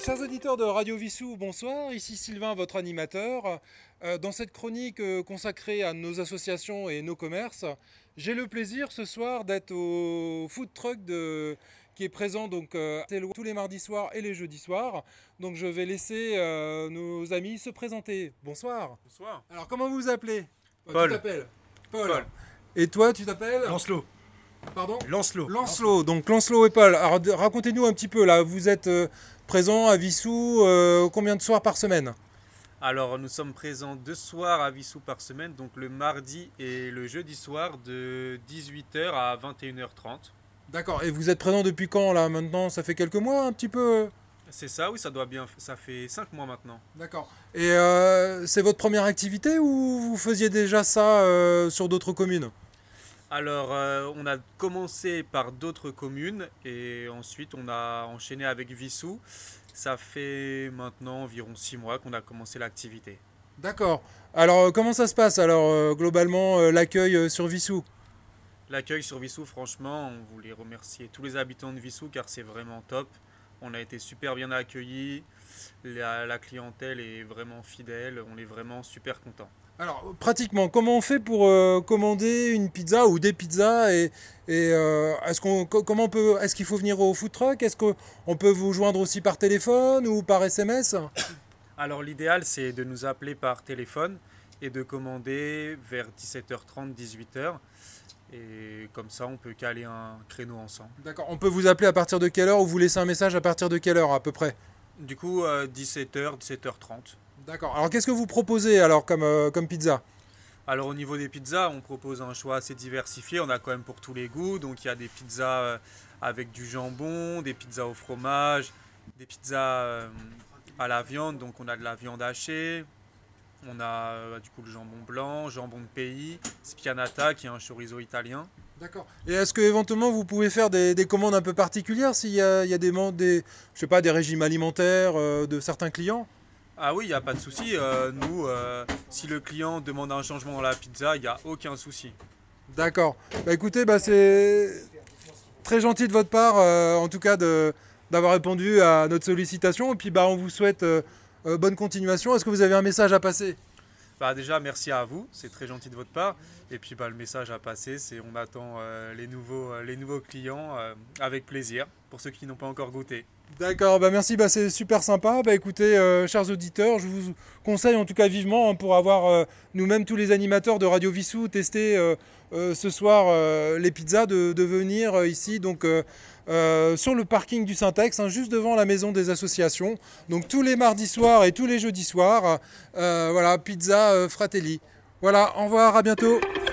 Chers auditeurs de Radio Vissou, bonsoir. Ici Sylvain, votre animateur. Dans cette chronique consacrée à nos associations et nos commerces, j'ai le plaisir ce soir d'être au food truck qui est présent tous les mardis soirs et les jeudis soirs. Donc je vais laisser nos amis se présenter. Bonsoir. Bonsoir. Alors comment vous vous appelez? Paul. Tu t'appelles Paul. Et toi, tu t'appelles? Lancelot. Pardon? Lancelot. Lancelot. Donc Lancelot et Paul. Alors racontez-nous un petit peu là. Vous êtes présent à Vissou combien de soirs par semaine? Alors nous sommes présents 2 soirs à Vissou par semaine, donc le mardi et le jeudi soir de 18h à 21h30. D'accord. Et vous êtes présent depuis quand là maintenant? Ça fait quelques mois un petit peu? C'est ça, oui, ça fait 5 mois maintenant. D'accord. Et c'est votre première activité ou vous faisiez déjà ça sur d'autres communes? Alors on a commencé par d'autres communes et ensuite on a enchaîné avec Vissou. Ça fait maintenant environ 6 mois qu'on a commencé l'activité. D'accord. Alors comment ça se passe alors globalement l'accueil sur Vissou? L'accueil sur Vissou, franchement, on voulait remercier tous les habitants de Vissou car c'est vraiment top. On a été super bien accueillis, la clientèle est vraiment fidèle, on est vraiment super contents. Alors pratiquement, comment on fait pour commander une pizza ou des pizzas est-ce qu'il faut venir au food truck? Est-ce qu'on peut vous joindre aussi par téléphone ou par SMS? Alors l'idéal c'est de nous appeler par téléphone et de commander vers 17h30, 18h. Et comme ça on peut caler un créneau ensemble. D'accord. On peut vous appeler à partir de quelle heure ou vous laisser un message à partir de quelle heure à peu près? Du coup 17h, 17h30. D'accord. Alors qu'est-ce que vous proposez alors comme pizza? Alors au niveau des pizzas, on propose un choix assez diversifié, on a quand même pour tous les goûts. Donc il y a des pizzas avec du jambon, des pizzas au fromage, des pizzas à la viande, donc on a de la viande hachée. On a du coup le jambon blanc, jambon de pays, spianata qui est un chorizo italien. D'accord. Et est-ce que éventuellement vous pouvez faire des commandes un peu particulières s'il y a je sais pas, des régimes alimentaires de certains clients? Ah oui, il n'y a pas de souci. Si le client demande un changement dans la pizza, il n'y a aucun souci. D'accord. Bah écoutez, c'est très gentil de votre part, en tout cas d'avoir répondu à notre sollicitation. Et puis on vous souhaite bonne continuation. Est-ce que vous avez un message à passer? Bah déjà, merci à vous, c'est très gentil de votre part. Et puis le message à passer, c'est on attend les nouveaux clients avec plaisir, pour ceux qui n'ont pas encore goûté. D'accord, merci, c'est super sympa. Écoutez, chers auditeurs, je vous conseille en tout cas vivement pour avoir nous-mêmes tous les animateurs de Radio Vissou tester ce soir les pizzas de venir ici sur le parking du Syntex, juste devant la maison des associations. Donc tous les mardis soirs et tous les jeudis soirs, voilà, pizza Fratelli. Voilà, au revoir, à bientôt.